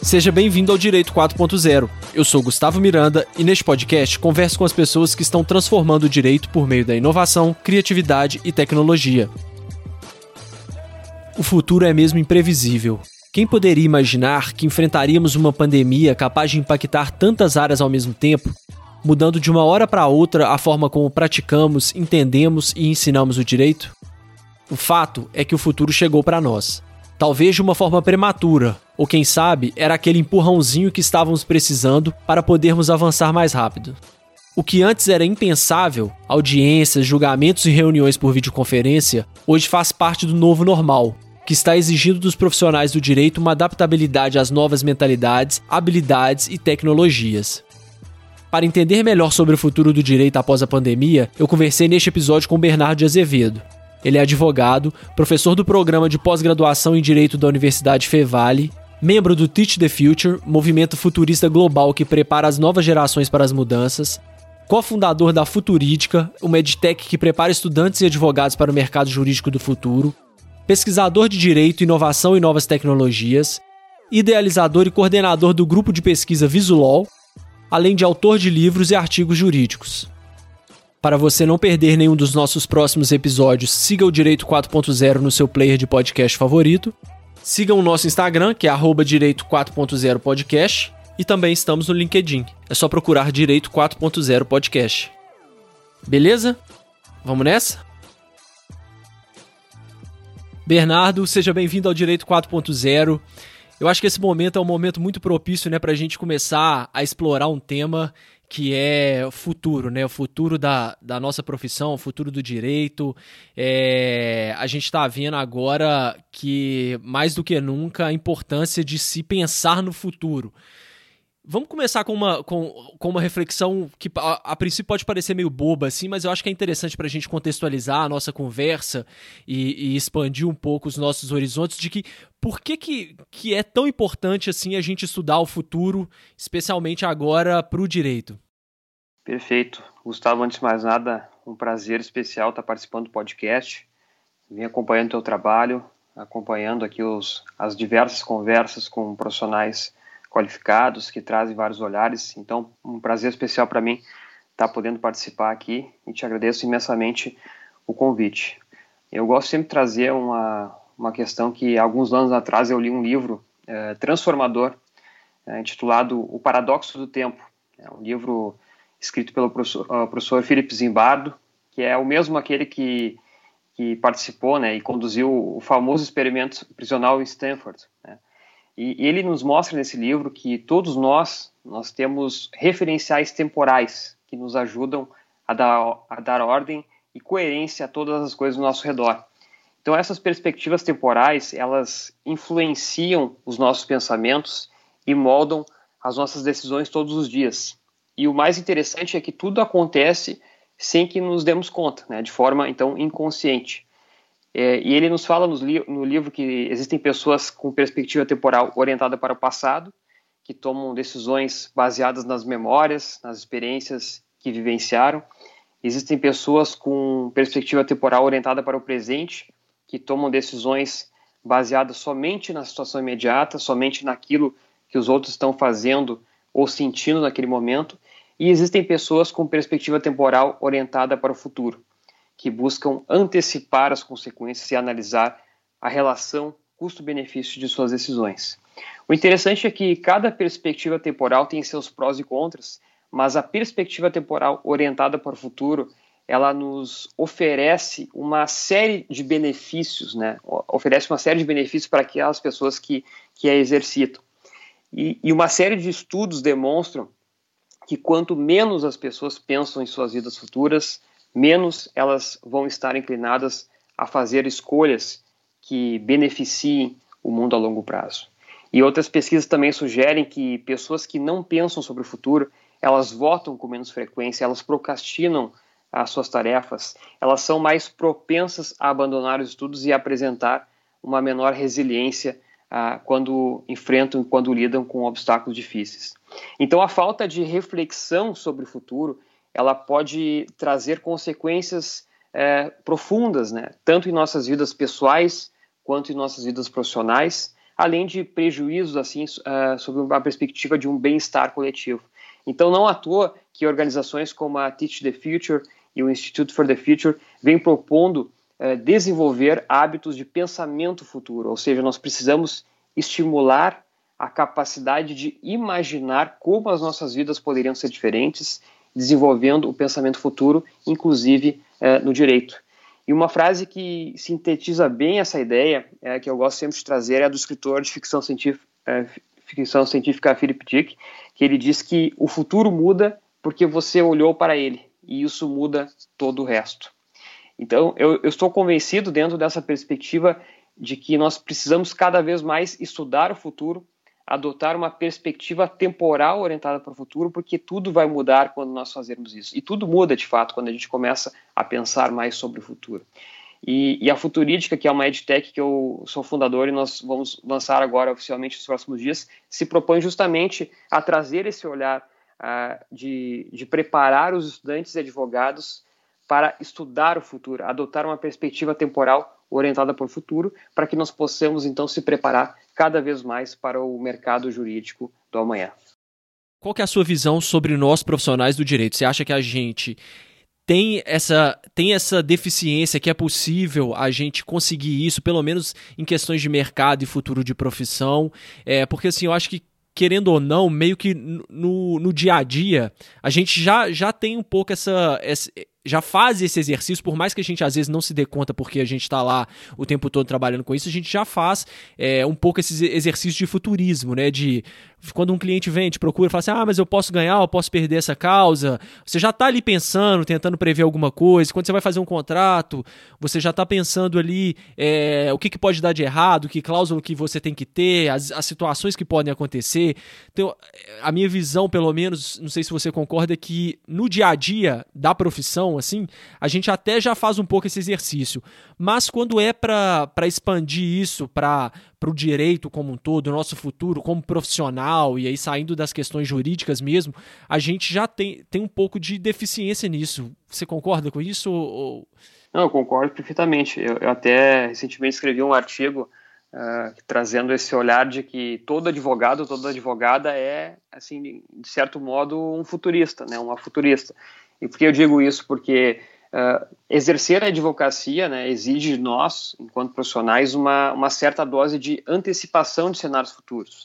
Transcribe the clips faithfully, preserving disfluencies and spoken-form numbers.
Seja bem-vindo ao Direito quatro ponto zero. Eu sou Gustavo Miranda e neste podcast converso com as pessoas que estão transformando o direito por meio da inovação, criatividade e tecnologia. O futuro é mesmo imprevisível. Quem poderia imaginar que enfrentaríamos uma pandemia capaz de impactar tantas áreas ao mesmo tempo, mudando de uma hora para outra a forma como praticamos, entendemos e ensinamos o direito? O fato é que o futuro chegou para nós. Talvez de uma forma prematura, ou quem sabe, era aquele empurrãozinho que estávamos precisando para podermos avançar mais rápido. O que antes era impensável, audiências, julgamentos e reuniões por videoconferência, hoje faz parte do novo normal, que está exigindo dos profissionais do direito uma adaptabilidade às novas mentalidades, habilidades e tecnologias. Para entender melhor sobre o futuro do direito após a pandemia, eu conversei neste episódio com Bernardo de Azevedo. Ele é advogado, professor do programa de pós-graduação em Direito da Universidade Fevale, membro do Teach the Future, movimento futurista global que prepara as novas gerações para as mudanças, cofundador da Futurídica, uma edtech que prepara estudantes e advogados para o mercado jurídico do futuro, pesquisador de Direito, Inovação e Novas Tecnologias, idealizador e coordenador do grupo de pesquisa Visulol, além de autor de livros e artigos jurídicos. Para você não perder nenhum dos nossos próximos episódios, siga o Direito quatro ponto zero no seu player de podcast favorito. Siga o nosso Instagram, que é arroba Direito quatro ponto zero podcast. E também estamos no LinkedIn. É só procurar Direito quatro ponto zero podcast. Beleza? Vamos nessa? Bernardo, seja bem-vindo ao Direito quatro ponto zero. Eu acho que esse momento é um momento muito propício, né, para a gente começar a explorar um tema que é o futuro, né? O futuro da, da nossa profissão, o futuro do direito. É, a gente está vendo agora que, mais do que nunca, a importância de se pensar no futuro. Vamos começar com uma, com, com uma reflexão que a, a princípio pode parecer meio boba, assim, mas eu acho que é interessante para a gente contextualizar a nossa conversa e, e expandir um pouco os nossos horizontes de que por que, que, que é tão importante assim a gente estudar o futuro, especialmente agora para o direito. Perfeito. Gustavo, antes de mais nada, um prazer especial estar participando do podcast. Vim acompanhando o teu trabalho, acompanhando aqui os, as diversas conversas com profissionais qualificados, que trazem vários olhares. Então, um prazer especial para mim estar podendo participar aqui e te agradeço imensamente o convite. Eu gosto sempre de trazer uma, uma questão que, alguns anos atrás, eu li um livro é, transformador, é, intitulado O Paradoxo do Tempo. É um livro escrito pelo professor, uh, professor Philip Zimbardo, que é o mesmo aquele que, que participou, né, e conduziu o famoso experimento prisional em Stanford, né? E ele nos mostra nesse livro que todos nós, nós temos referenciais temporais que nos ajudam a dar, a dar ordem e coerência a todas as coisas ao nosso redor. Então essas perspectivas temporais, elas influenciam os nossos pensamentos e moldam as nossas decisões todos os dias. E o mais interessante é que tudo acontece sem que nos demos conta, né, de forma então inconsciente. É, e ele nos fala nos li- no livro que existem pessoas com perspectiva temporal orientada para o passado, que tomam decisões baseadas nas memórias, nas experiências que vivenciaram. Existem pessoas com perspectiva temporal orientada para o presente, que tomam decisões baseadas somente na situação imediata, somente naquilo que os outros estão fazendo ou sentindo naquele momento. E existem pessoas com perspectiva temporal orientada para o futuro, que buscam antecipar as consequências e analisar a relação custo-benefício de suas decisões. O interessante é que cada perspectiva temporal tem seus prós e contras, mas a perspectiva temporal orientada para o futuro, ela nos oferece uma série de benefícios, né? Oferece uma série de benefícios para aquelas pessoas que, que a exercitam. E, e uma série de estudos demonstram que quanto menos as pessoas pensam em suas vidas futuras, menos elas vão estar inclinadas a fazer escolhas que beneficiem o mundo a longo prazo. E outras pesquisas também sugerem que pessoas que não pensam sobre o futuro, elas votam com menos frequência, elas procrastinam as suas tarefas, elas são mais propensas a abandonar os estudos e a apresentar uma menor resiliência ah, quando enfrentam e quando lidam com obstáculos difíceis. Então, a falta de reflexão sobre o futuro, ela pode trazer consequências é, profundas, né? Tanto em nossas vidas pessoais quanto em nossas vidas profissionais, além de prejuízos assim, uh, sob uma perspectiva de um bem-estar coletivo. Então, não à toa que organizações como a Teach the Future e o Institute for the Future vêm propondo uh, desenvolver hábitos de pensamento futuro, ou seja, nós precisamos estimular a capacidade de imaginar como as nossas vidas poderiam ser diferentes, desenvolvendo o pensamento futuro, inclusive uh, no direito. E uma frase que sintetiza bem essa ideia, é, que eu gosto sempre de trazer, é a do escritor de ficção científica, é, ficção científica Philip Dick, que ele diz que o futuro muda porque você olhou para ele, e isso muda todo o resto. Então, eu, eu estou convencido, dentro dessa perspectiva, de que nós precisamos cada vez mais estudar o futuro, adotar uma perspectiva temporal orientada para o futuro, porque tudo vai mudar quando nós fazermos isso. E tudo muda, de fato, quando a gente começa a pensar mais sobre o futuro. E, e a Futurídica, que é uma edtech que eu sou fundador e nós vamos lançar agora oficialmente nos próximos dias, se propõe justamente a trazer esse olhar uh, de, de preparar os estudantes e advogados para estudar o futuro, adotar uma perspectiva temporal orientada para o futuro, para que nós possamos, então, se preparar cada vez mais para o mercado jurídico do amanhã. Qual que é a sua visão sobre nós, profissionais do direito? Você acha que a gente tem essa, tem essa deficiência, que é possível a gente conseguir isso, pelo menos em questões de mercado e futuro de profissão? É, porque, assim, eu acho que, querendo ou não, meio que no, no dia a dia, a gente já, já tem um pouco essa... essa já faz esse exercício, por mais que a gente às vezes não se dê conta porque a gente está lá o tempo todo trabalhando com isso, a gente já faz é, um pouco esse exercício de futurismo, né? De quando um cliente vem, te procura e fala assim, ah, mas eu posso ganhar, eu posso perder essa causa. Você já está ali pensando, tentando prever alguma coisa. Quando você vai fazer um contrato, você já está pensando ali é, o que, que pode dar de errado, que cláusula que você tem que ter, as, as situações que podem acontecer. Então, a minha visão, pelo menos, não sei se você concorda, é que no dia a dia da profissão, assim, a gente até já faz um pouco esse exercício, mas quando é para expandir isso para o direito como um todo, o nosso futuro como profissional, e aí saindo das questões jurídicas mesmo, a gente já tem, tem um pouco de deficiência nisso. Você concorda com isso? Ou... Não, eu concordo perfeitamente. Eu, eu até recentemente escrevi um artigo uh, trazendo esse olhar de que todo advogado, toda advogada é, assim, de certo modo, um futurista, né? Uma futurista. E por que eu digo isso? Porque uh, exercer a advocacia, né, exige de nós, enquanto profissionais, uma, uma certa dose de antecipação de cenários futuros.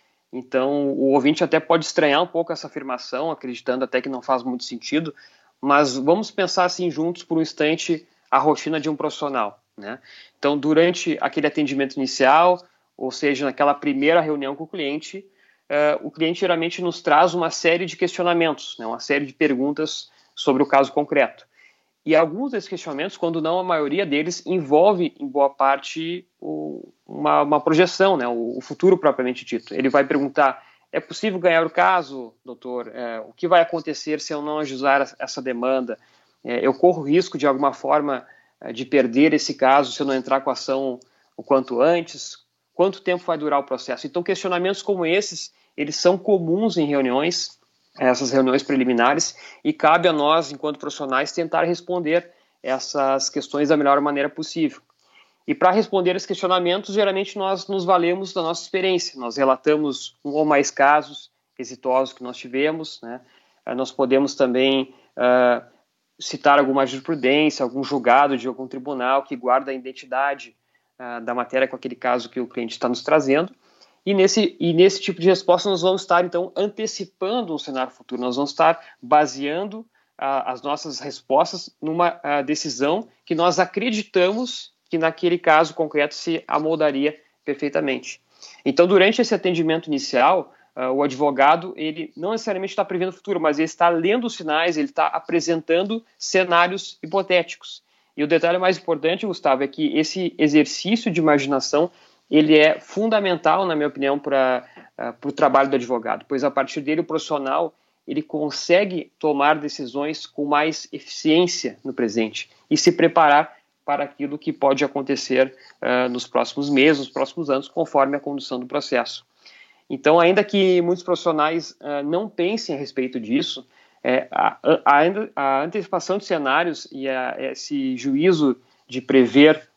Então, o ouvinte até pode estranhar um pouco essa afirmação, acreditando até que não faz muito sentido, mas vamos pensar assim juntos por um instante a rotina de um profissional, né? Então, durante aquele atendimento inicial, ou seja, naquela primeira reunião com o cliente, uh, o cliente geralmente nos traz uma série de questionamentos, né, uma série de perguntas sobre o caso concreto. E alguns desses questionamentos, quando não a maioria deles, envolve em boa parte o, uma, uma projeção, né, o, o futuro propriamente dito. Ele vai perguntar, é possível ganhar o caso, doutor? É, o que vai acontecer se eu não ajuizar essa demanda? É, eu corro risco de alguma forma de perder esse caso se eu não entrar com a ação o quanto antes? Quanto tempo vai durar o processo? Então, questionamentos como esses, eles são comuns em reuniões, essas reuniões preliminares, e cabe a nós, enquanto profissionais, tentar responder essas questões da melhor maneira possível. E para responder esses questionamentos, geralmente nós nos valemos da nossa experiência. Nós relatamos um ou mais casos exitosos que nós tivemos, né? Nós podemos também uh, citar alguma jurisprudência, algum julgado de algum tribunal que guarda a identidade uh, da matéria com aquele caso que o cliente está nos trazendo. E nesse, e nesse tipo de resposta nós vamos estar, então, antecipando um cenário futuro. Nós vamos estar baseando a, as nossas respostas numa a, decisão que nós acreditamos que naquele caso concreto se amoldaria perfeitamente. Então, durante esse atendimento inicial, uh, o advogado, ele não necessariamente está prevendo o futuro, mas ele está lendo os sinais, ele está apresentando cenários hipotéticos. E o detalhe mais importante, Gustavo, é que esse exercício de imaginação ele é fundamental, na minha opinião, para uh, o trabalho do advogado, pois a partir dele o profissional ele consegue tomar decisões com mais eficiência no presente e se preparar para aquilo que pode acontecer uh, nos próximos meses, nos próximos anos, conforme a condução do processo. Então, ainda que muitos profissionais uh, não pensem a respeito disso, é, a, a, a antecipação de cenários e a, esse juízo de prever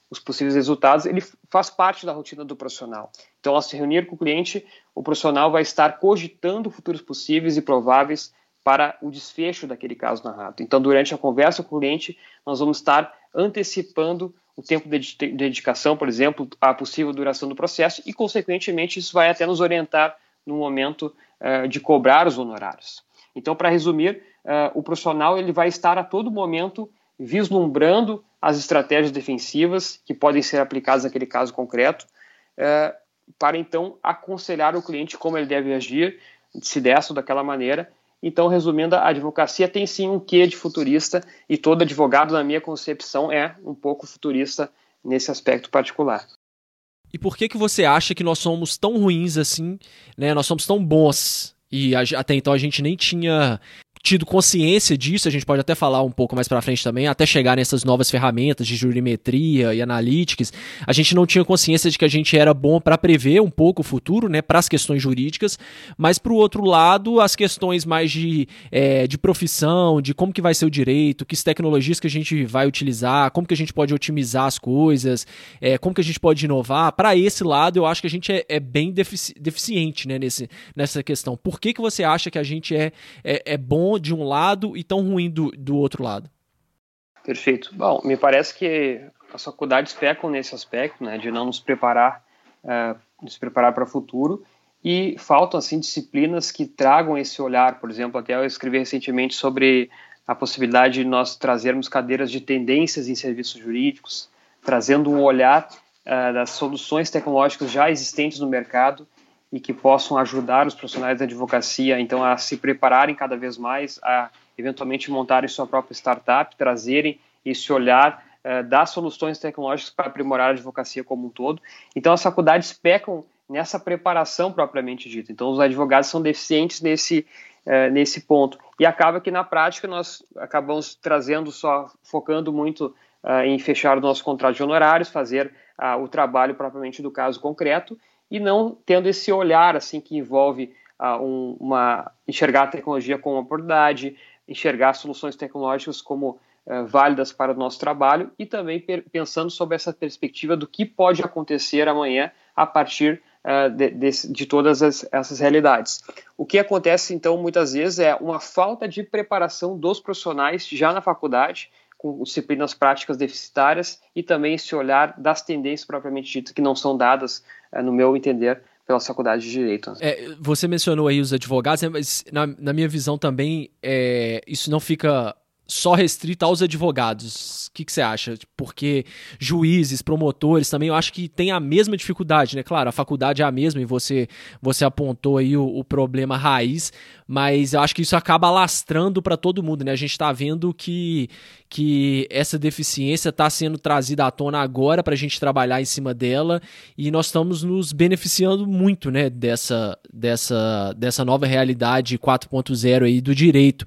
os possíveis resultados, ele faz parte da rotina do profissional. Então, ao se reunir com o cliente, o profissional vai estar cogitando futuros possíveis e prováveis para o desfecho daquele caso narrado. Então, durante a conversa com o cliente, nós vamos estar antecipando o tempo de dedicação, por exemplo, a possível duração do processo e, consequentemente, isso vai até nos orientar no momento uh, de cobrar os honorários. Então, para resumir, uh, o profissional ele vai estar a todo momento vislumbrando as estratégias defensivas que podem ser aplicadas naquele caso concreto, uh, para então aconselhar o cliente como ele deve agir, se dessa ou daquela maneira. Então, resumindo, a advocacia tem sim um quê de futurista e todo advogado, na minha concepção, é um pouco futurista nesse aspecto particular. E por que que você acha que nós somos tão ruins assim, né? Nós somos tão bons e a, até então a gente nem tinha tido consciência disso, a gente pode até falar um pouco mais pra frente também, até chegar nessas novas ferramentas de jurimetria e analytics, a gente não tinha consciência de que a gente era bom para prever um pouco o futuro, né, para as questões jurídicas, mas pro outro lado, as questões mais de, é, de profissão, de como que vai ser o direito, que tecnologias que a gente vai utilizar, como que a gente pode otimizar as coisas, é, como que a gente pode inovar, para esse lado eu acho que a gente é, é bem defici- deficiente, né, nesse, nessa questão. Por que que você acha que a gente é, é, é bom de um lado e tão ruim do, do outro lado? Perfeito. Bom, me parece que as faculdades pecam nesse aspecto, né, de não nos preparar, uh, nos preparar para o futuro, e faltam assim disciplinas que tragam esse olhar. Por exemplo, até eu escrevi recentemente sobre a possibilidade de nós trazermos cadeiras de tendências em serviços jurídicos, trazendo um olhar uh, das soluções tecnológicas já existentes no mercado e que possam ajudar os profissionais da advocacia, então, a se prepararem cada vez mais, a eventualmente montarem sua própria startup, trazerem esse olhar uh, das soluções tecnológicas para aprimorar a advocacia como um todo. Então, as faculdades pecam nessa preparação propriamente dita. Então, os advogados são deficientes nesse, uh, nesse ponto. E acaba que, na prática, nós acabamos trazendo só, focando muito uh, em fechar o nosso contrato de honorários, fazer uh, o trabalho propriamente do caso concreto, e não tendo esse olhar assim que envolve uh, um, uma, enxergar a tecnologia como uma oportunidade, enxergar soluções tecnológicas como uh, válidas para o nosso trabalho e também per- pensando sobre essa perspectiva do que pode acontecer amanhã a partir uh, de, de, de todas as, essas realidades. O que acontece, então, muitas vezes é uma falta de preparação dos profissionais já na faculdade, com disciplinas práticas deficitárias e também esse olhar das tendências propriamente ditas que não são dadas, no meu entender, pela faculdade de Direito. É, você mencionou aí os advogados, mas na, na minha visão também é, isso não fica só restrito aos advogados. O que, que você acha? Porque juízes, promotores também, eu acho que tem a mesma dificuldade, né? Claro, a faculdade é a mesma e você, você apontou aí o, o problema raiz, mas eu acho que isso acaba alastrando para todo mundo, né? A gente está vendo que, que essa deficiência está sendo trazida à tona agora para a gente trabalhar em cima dela e nós estamos nos beneficiando muito, né? Dessa, dessa, dessa nova realidade quatro ponto zero aí do direito.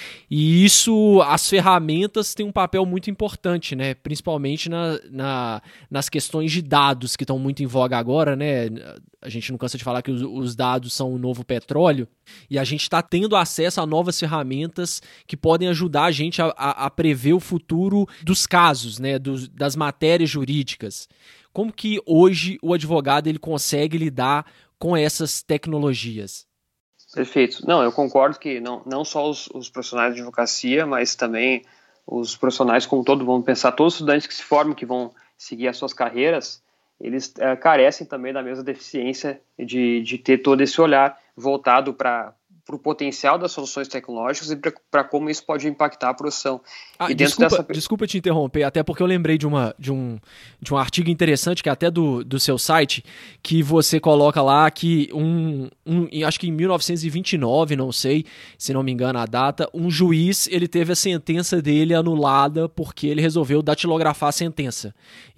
E isso, as ferramentas têm um papel muito importante, né? Principalmente na, na, nas questões de dados que estão muito em voga agora, né? A gente não cansa de falar que os, os dados são o novo petróleo e a gente está tendo acesso a novas ferramentas que podem ajudar a gente a, a, a prever o futuro dos casos, né? Dos, das matérias jurídicas. Como que hoje o advogado ele consegue lidar com essas tecnologias? Perfeito. Não, eu concordo que não, não só os, os profissionais de advocacia, mas também os profissionais como todo, vamos pensar, todos os estudantes que se formam, que vão seguir as suas carreiras, eles é, carecem também da mesma deficiência de, de ter todo esse olhar voltado para o potencial das soluções tecnológicas e para como isso pode impactar a profissão. Ah, e dentro desculpa, dessa... desculpa te interromper, até porque eu lembrei de, uma, de, um, de um artigo interessante, que é até do, do seu site, que você coloca lá que, um, um, acho que em mil novecentos e vinte e nove, não sei, se não me engano a data, um juiz ele teve a sentença dele anulada porque ele resolveu datilografar a sentença.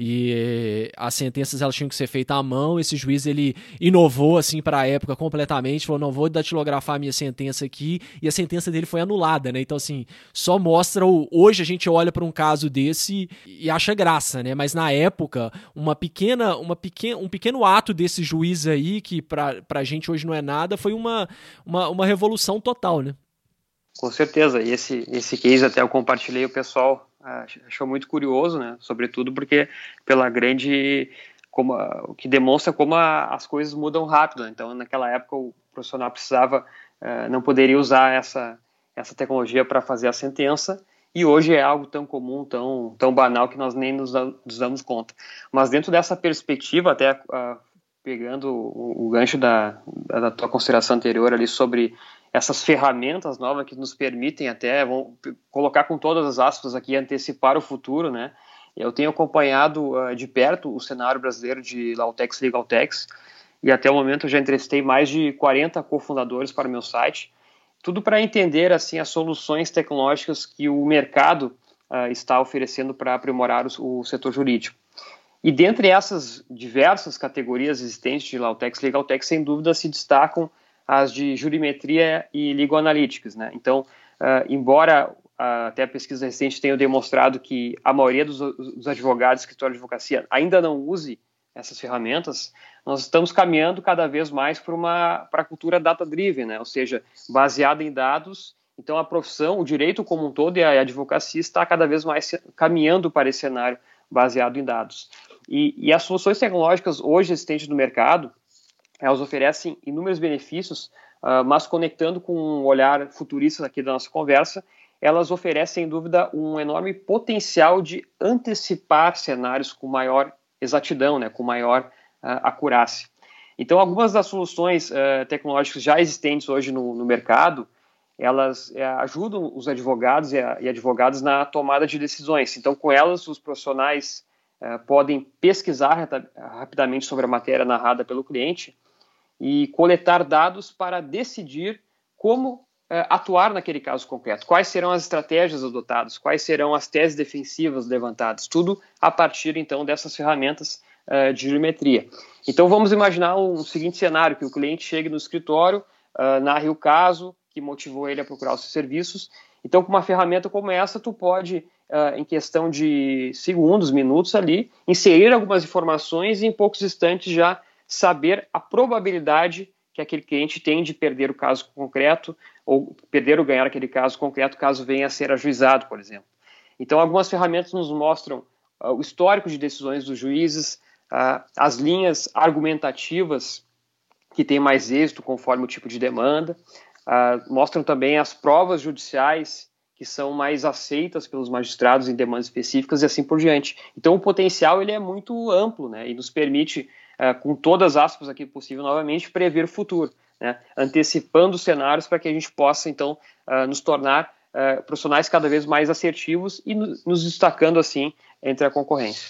E as sentenças elas tinham que ser feitas à mão, esse juiz ele inovou assim, para a época completamente, falou, não, vou datilografar a minha sentença aqui, e a sentença dele foi anulada, né? Então, assim, só mostra o... Hoje a gente olha para um caso desse e acha graça, né? Mas na época, uma pequena, uma pequena, um pequeno ato desse juiz aí, que pra, pra gente hoje não é nada, foi uma, uma, uma revolução total, né? Com certeza, e esse, esse case até eu compartilhei o pessoal achou muito curioso, né? Sobretudo porque pela grande, como, o que demonstra como a, as coisas mudam rápido. Então, naquela época, o profissional precisava, uh, não poderia usar essa, essa tecnologia para fazer a sentença, e hoje é algo tão comum, tão, tão banal, que nós nem nos, nos damos conta. Mas dentro dessa perspectiva, até uh, pegando o, o gancho da, da tua consideração anterior ali sobre essas ferramentas novas que nos permitem até, vamos colocar com todas as aspas aqui, antecipar o futuro, né? Eu tenho acompanhado uh, de perto o cenário brasileiro de Lautex Legaltex, e até o momento eu já entrevistei mais de quarenta cofundadores para o meu site, tudo para entender assim as soluções tecnológicas que o mercado uh, está oferecendo para aprimorar o, o setor jurídico. E dentre essas diversas categorias existentes de Lautex Legaltex, sem dúvida se destacam as de jurimetria e legal analytics, né? Então, uh, embora uh, até a pesquisa recente tenha demonstrado que a maioria dos, dos advogados do escritório de advocacia ainda não use essas ferramentas, nós estamos caminhando cada vez mais para uma para a cultura data-driven, né? Ou seja, baseada em dados. Então, a profissão, o direito como um todo e a advocacia está cada vez mais caminhando para esse cenário baseado em dados. E, e as soluções tecnológicas hoje existentes no mercado, elas oferecem inúmeros benefícios, uh, mas conectando com um olhar futurista aqui da nossa conversa, elas oferecem, sem dúvida, um enorme potencial de antecipar cenários com maior exatidão, né, com maior uh, acurácia. Então, algumas das soluções uh, tecnológicas já existentes hoje no, no mercado, elas uh, ajudam os advogados e, a, e advogadas na tomada de decisões. Então, com elas, os profissionais uh, podem pesquisar rapidamente sobre a matéria narrada pelo cliente e coletar dados para decidir como uh, atuar naquele caso concreto. Quais serão as estratégias adotadas, quais serão as teses defensivas levantadas, tudo a partir, então, dessas ferramentas uh, de jurimetria. Então, vamos imaginar um seguinte cenário, que o cliente chegue no escritório, uh, narre o caso que motivou ele a procurar os seus serviços. Então, com uma ferramenta como essa, tu pode, uh, em questão de segundos, minutos ali, inserir algumas informações e em poucos instantes já saber a probabilidade que aquele cliente tem de perder o caso concreto ou perder ou ganhar aquele caso concreto caso venha a ser ajuizado, por exemplo. Então, algumas ferramentas nos mostram uh, o histórico de decisões dos juízes, uh, as linhas argumentativas que têm mais êxito conforme o tipo de demanda, uh, mostram também as provas judiciais que são mais aceitas pelos magistrados em demandas específicas e assim por diante. Então, o potencial ele é muito amplo, né, e nos permite, Uh, com todas as aspas aqui possível novamente, prever o futuro, né? Antecipando os cenários para que a gente possa, então, uh, nos tornar uh, profissionais cada vez mais assertivos e no, nos destacando, assim, entre a concorrência.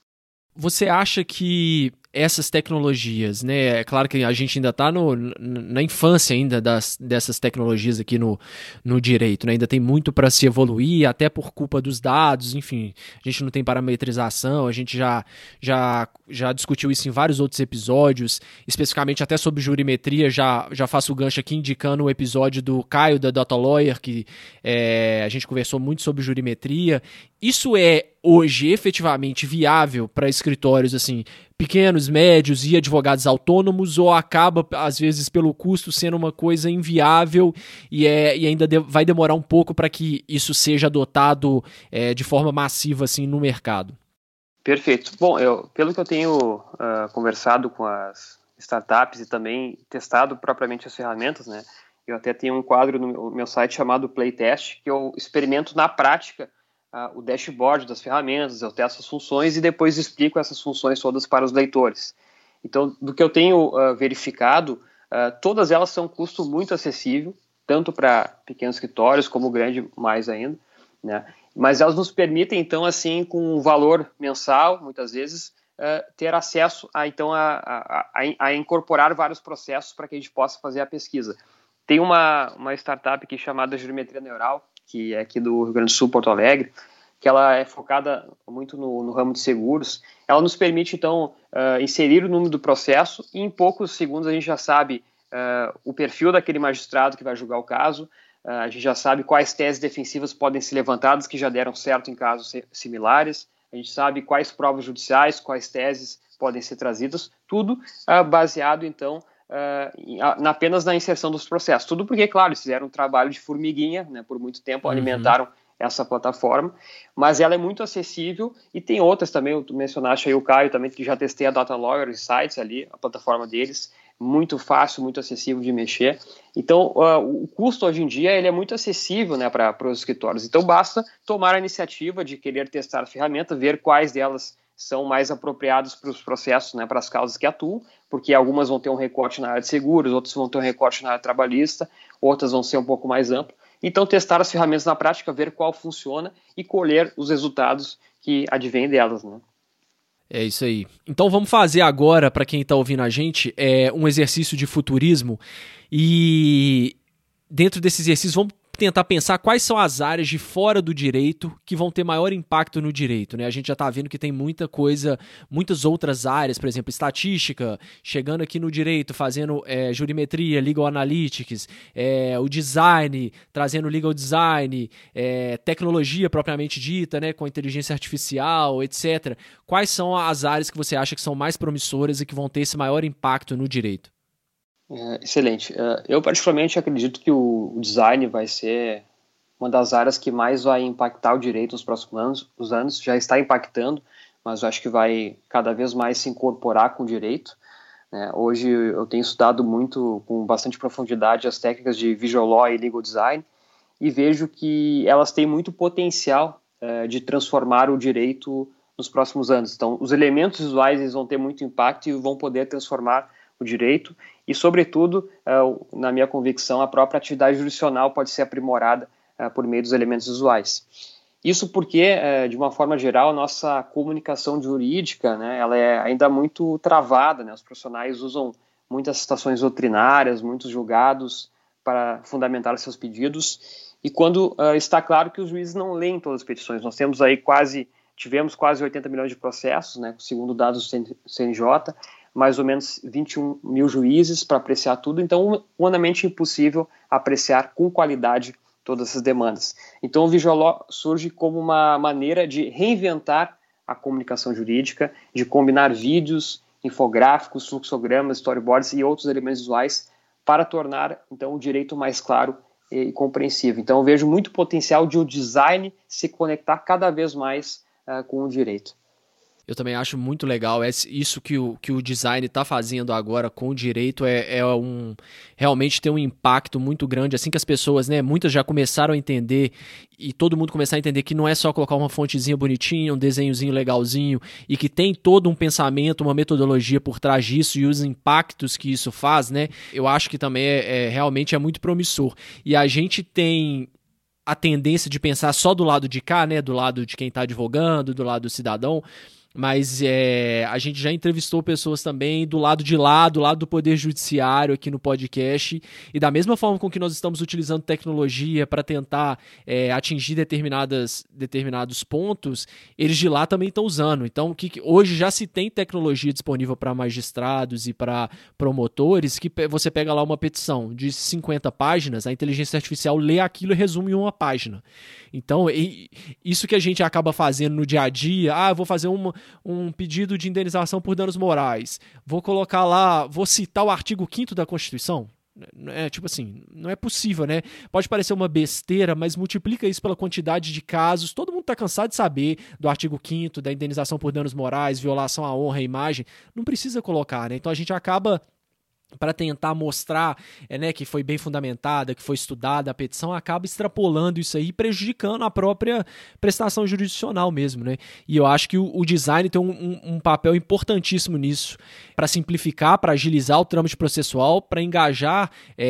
Você acha que essas tecnologias, né? É claro que a gente ainda está na infância ainda das, dessas tecnologias aqui no, no direito, né? Ainda tem muito para se evoluir, até por culpa dos dados, enfim, a gente não tem parametrização, a gente já, já, já discutiu isso em vários outros episódios, especificamente até sobre jurimetria, já, já faço o gancho aqui indicando o episódio do Caio da Data Lawyer, que é, a gente conversou muito sobre jurimetria. Isso é hoje efetivamente viável para escritórios assim, pequenos, médios e advogados autônomos, ou acaba, às vezes, pelo custo, sendo uma coisa inviável e, é, e ainda de, vai demorar um pouco para que isso seja adotado é, de forma massiva assim, no mercado? Perfeito. Bom, eu, pelo que eu tenho uh, conversado com as startups e também testado propriamente as ferramentas, né, eu até tenho um quadro no meu site chamado Playtest, que eu experimento na prática Uh, o dashboard das ferramentas, eu testo as funções e depois explico essas funções todas para os leitores. Então, do que eu tenho uh, verificado, uh, todas elas são um custo muito acessível, tanto para pequenos escritórios como grande mais ainda, né? Mas elas nos permitem, então, assim, com um valor mensal, muitas vezes, uh, ter acesso a, então, a, a, a, a incorporar vários processos para que a gente possa fazer a pesquisa. Tem uma, uma startup aqui chamada Jurimetria Neural, que é aqui do Rio Grande do Sul, Porto Alegre, que ela é focada muito no, no ramo de seguros. Ela nos permite, então, uh, inserir o número do processo e em poucos segundos a gente já sabe uh, o perfil daquele magistrado que vai julgar o caso, uh, a gente já sabe quais teses defensivas podem ser levantadas que já deram certo em casos similares, a gente sabe quais provas judiciais, quais teses podem ser trazidas, tudo uh, baseado, então, Uh, apenas na inserção dos processos. Tudo porque, claro, eles fizeram um trabalho de formiguinha, né, por muito tempo, uhum. alimentaram essa plataforma, mas ela é muito acessível e tem outras também, tu mencionaste aí o Caio também, que já testei a Data Lawyer Insights ali, a plataforma deles, muito fácil, muito acessível de mexer. Então, uh, o custo hoje em dia ele é muito acessível, né, para os escritórios. Então, basta tomar a iniciativa de querer testar a ferramenta, ver quais delas são mais apropriadas para os processos, né, para as causas que atuam, porque algumas vão ter um recorte na área de seguros, outras vão ter um recorte na área trabalhista, outras vão ser um pouco mais amplo. Então, testar as ferramentas na prática, ver qual funciona e colher os resultados que advêm delas, né? É isso aí. Então vamos fazer agora, para quem está ouvindo a gente, é, um exercício de futurismo e dentro desse exercício vamos tentar pensar quais são as áreas de fora do direito que vão ter maior impacto no direito, né? A gente já está vendo que tem muita coisa, muitas outras áreas, por exemplo, estatística, chegando aqui no direito, fazendo é, jurimetria, legal analytics, é, o design, trazendo legal design, é, tecnologia propriamente dita, né, com inteligência artificial, etcétera. Quais são as áreas que você acha que são mais promissoras e que vão ter esse maior impacto no direito? É, excelente. Eu particularmente acredito que o design vai ser uma das áreas que mais vai impactar o direito nos próximos anos, os anos. Já está impactando, mas eu acho que vai cada vez mais se incorporar com o direito. Né? Hoje eu tenho estudado muito, com bastante profundidade, as técnicas de Visual Law e Legal Design e vejo que elas têm muito potencial é, de transformar o direito nos próximos anos. Então, os elementos visuais eles vão ter muito impacto e vão poder transformar o direito e, sobretudo, na minha convicção, a própria atividade jurisdicional pode ser aprimorada por meio dos elementos visuais. Isso porque, de uma forma geral, a nossa comunicação jurídica, né, ela é ainda muito travada, né? Os profissionais usam muitas citações doutrinárias, muitos julgados para fundamentar seus pedidos e quando uh, está claro que os juízes não leem todas as petições. Nós temos aí quase, tivemos quase oitenta milhões de processos, né, segundo dados do C N J, mais ou menos vinte e um mil juízes para apreciar tudo, então humanamente impossível apreciar com qualidade todas essas demandas. Então o Visual Law surge como uma maneira de reinventar a comunicação jurídica, de combinar vídeos, infográficos, fluxogramas, storyboards e outros elementos visuais para tornar então o direito mais claro e compreensível. Então eu vejo muito potencial de o design se conectar cada vez mais uh, com o direito. Eu também acho muito legal isso que o, que o design está fazendo agora com o direito, é, é um, realmente tem um impacto muito grande, assim que as pessoas, né, muitas já começaram a entender e todo mundo começar a entender que não é só colocar uma fontezinha bonitinha, um desenhozinho legalzinho e que tem todo um pensamento, uma metodologia por trás disso e os impactos que isso faz, né, eu acho que também é, é, realmente é muito promissor. E a gente tem a tendência de pensar só do lado de cá, né, do lado de quem está advogando, do lado do cidadão, mas é, a gente já entrevistou pessoas também do lado de lá, do lado do Poder Judiciário aqui no podcast, e da mesma forma com que nós estamos utilizando tecnologia para tentar é, atingir determinadas, determinados pontos, eles de lá também estão usando. Então, que, hoje já se tem tecnologia disponível para magistrados e para promotores, que você pega lá uma petição de cinquenta páginas, a inteligência artificial lê aquilo e resume em uma página. Então, e, isso que a gente acaba fazendo no dia a dia, ah, eu vou fazer uma um pedido de indenização por danos morais, vou colocar lá, vou citar o artigo quinto da Constituição, é tipo assim, não é possível, né? Pode parecer uma besteira, mas multiplica isso pela quantidade de casos, todo mundo tá cansado de saber do artigo quinto da indenização por danos morais, violação à honra e imagem, não precisa colocar, né? Então a gente acaba para tentar mostrar é, né, que foi bem fundamentada, que foi estudada a petição, acaba extrapolando isso aí, prejudicando a própria prestação jurisdicional mesmo, né? E eu acho que o, o design tem um, um, um papel importantíssimo nisso, para simplificar, para agilizar o trâmite processual, para engajar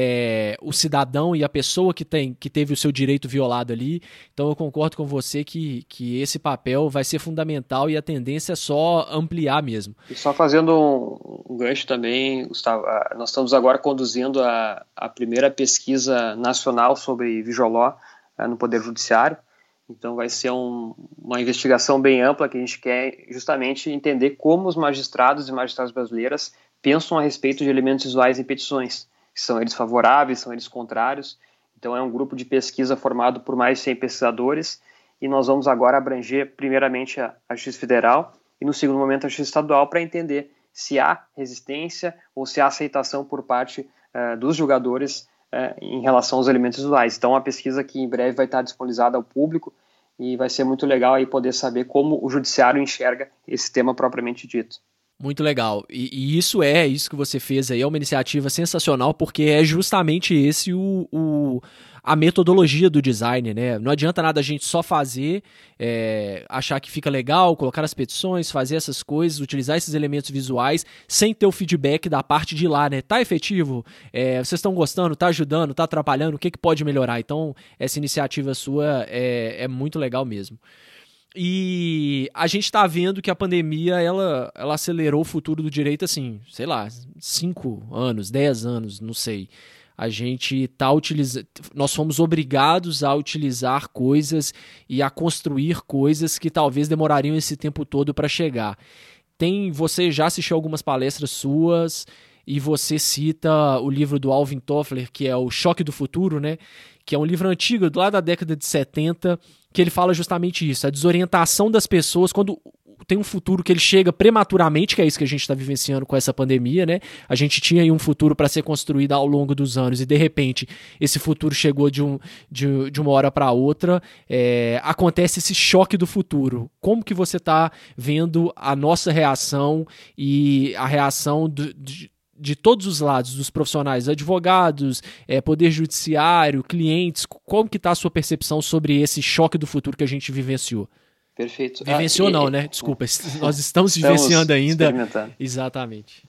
é, o cidadão e a pessoa que, tem, que teve o seu direito violado ali. Então eu concordo com você que, que esse papel vai ser fundamental e a tendência é só ampliar mesmo. E só fazendo um, um gancho também, Gustavo, nós estamos agora conduzindo a, a primeira pesquisa nacional sobre Visual Law uh, no Poder Judiciário. Então vai ser um, uma investigação bem ampla que a gente quer justamente entender como os magistrados e magistradas brasileiras pensam a respeito de elementos visuais em petições. São eles favoráveis, são eles contrários. Então é um grupo de pesquisa formado por mais de cem pesquisadores e nós vamos agora abranger primeiramente a, a Justiça Federal e no segundo momento a Justiça Estadual para entender se há resistência ou se há aceitação por parte uh, dos julgadores uh, em relação aos elementos visuais. Então, a pesquisa que em breve vai estar disponibilizada ao público e vai ser muito legal aí poder saber como o judiciário enxerga esse tema propriamente dito. Muito legal. E, e isso é, isso que você fez aí, é uma iniciativa sensacional, porque é justamente esse o, o, a metodologia do design, né? Não adianta nada a gente só fazer, é, achar que fica legal, colocar as petições, fazer essas coisas, utilizar esses elementos visuais, sem ter o feedback da parte de lá, né? Tá efetivo? É, vocês estão gostando? Tá ajudando? Tá atrapalhando? O que, que pode melhorar? Então, essa iniciativa sua é, é muito legal mesmo. E a gente está vendo que a pandemia ela, ela acelerou o futuro do direito, assim, sei lá, cinco anos, dez anos, não sei. A gente tá utilizando, nós fomos obrigados a utilizar coisas e a construir coisas que talvez demorariam esse tempo todo para chegar. Tem, você já assistiu algumas palestras suas e você cita o livro do Alvin Toffler, que é o Choque do Futuro, né? Que é um livro antigo, lá da década de setenta, que ele fala justamente isso, a desorientação das pessoas quando tem um futuro que ele chega prematuramente, que é isso que a gente está vivenciando com essa pandemia, né? A gente tinha aí um futuro para ser construído ao longo dos anos e, de repente, esse futuro chegou de, um, de, de uma hora para outra. É, acontece esse choque do futuro. Como que você está vendo a nossa reação e a reação do, de, de todos os lados, dos profissionais, advogados, é, poder judiciário, clientes? Como que está a sua percepção sobre esse choque do futuro que a gente vivenciou? Perfeito. Vivenciou ah, não, e, né? Desculpa, nós estamos estamos vivenciando ainda. Experimentando. Exatamente.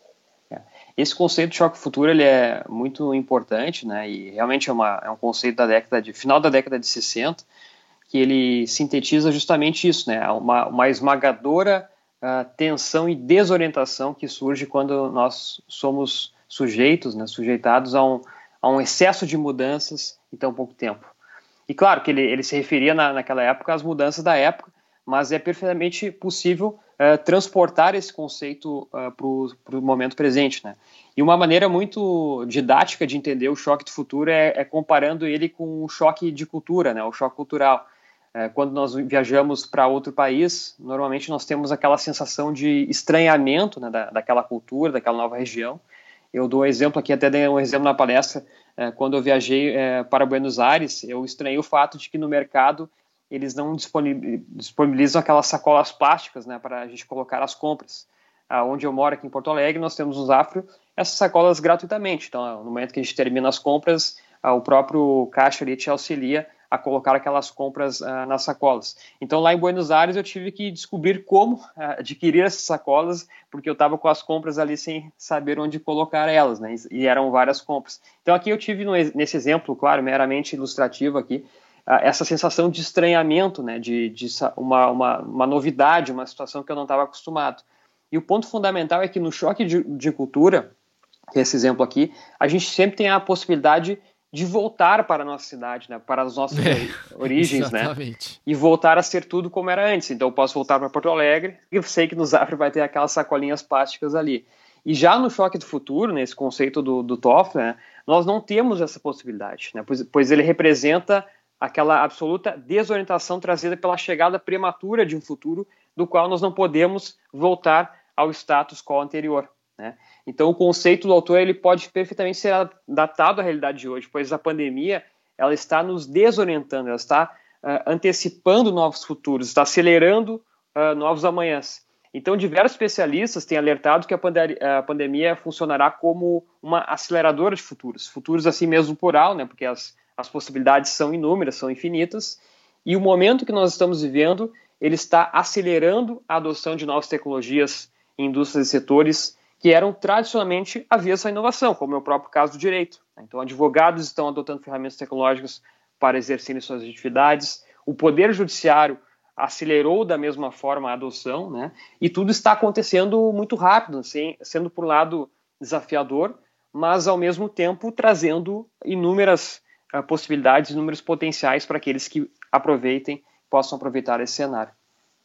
Esse conceito de choque futuro ele é muito importante, né? E realmente é, uma, é um conceito da década de final da década de sessenta, que ele sintetiza justamente isso, né? Uma, uma esmagadora uh, tensão e desorientação que surge quando nós somos sujeitos, né? Sujeitados a um, a um excesso de mudanças em tão pouco tempo. E claro que ele, ele se referia na, naquela época às mudanças da época, mas é perfeitamente possível uh, transportar esse conceito uh, para o momento presente, né? E uma maneira muito didática de entender o choque do futuro é, é comparando ele com o choque de cultura, né? O choque cultural. Uh, quando nós viajamos para outro país, normalmente nós temos aquela sensação de estranhamento, né, da, daquela cultura, daquela nova região. Eu dou um exemplo aqui, até dei um exemplo na palestra, uh, quando eu viajei uh, para Buenos Aires, eu estranhei o fato de que no mercado eles não disponibilizam aquelas sacolas plásticas, né, para a gente colocar as compras. Ah, onde eu moro aqui em Porto Alegre, nós temos no Zafra essas sacolas gratuitamente. Então, no momento que a gente termina as compras, ah, o próprio caixa ali te auxilia a colocar aquelas compras ah, nas sacolas. Então, lá em Buenos Aires, eu tive que descobrir como ah, adquirir essas sacolas, porque eu estava com as compras ali sem saber onde colocar elas, né, e eram várias compras. Então, aqui eu tive, no, nesse exemplo, claro, meramente ilustrativo aqui, essa sensação de estranhamento, né, de, de uma, uma, uma novidade, uma situação que eu não estava acostumado. E o ponto fundamental é que no choque de, de cultura, que é esse exemplo aqui, a gente sempre tem a possibilidade de voltar para a nossa cidade, né, para as nossas é, origens, exatamente. Né, e voltar a ser tudo como era antes. Então eu posso voltar para Porto Alegre e eu sei que no Zafra vai ter aquelas sacolinhas plásticas ali. E já no choque do futuro, nesse conceito do, do Toffler, né, nós não temos essa possibilidade, né, pois, pois ele representa aquela absoluta desorientação trazida pela chegada prematura de um futuro do qual nós não podemos voltar ao status quo anterior, né? Então, o conceito do autor ele pode perfeitamente ser adaptado à realidade de hoje, pois a pandemia ela está nos desorientando, ela está uh, antecipando novos futuros, está acelerando uh, novos amanhãs. Então, diversos especialistas têm alertado que a, pande- a pandemia funcionará como uma aceleradora de futuros, futuros assim mesmo plural, né? Porque as As possibilidades são inúmeras, são infinitas, e o momento que nós estamos vivendo, ele está acelerando a adoção de novas tecnologias em indústrias e setores que eram tradicionalmente avessos à inovação, como é o próprio caso do direito. Então, advogados estão adotando ferramentas tecnológicas para exercerem suas atividades, o poder judiciário acelerou da mesma forma a adoção, né? E tudo está acontecendo muito rápido, assim, sendo, por um lado, desafiador, mas, ao mesmo tempo, trazendo inúmeras possibilidades, números potenciais para aqueles que aproveitem, possam aproveitar esse cenário.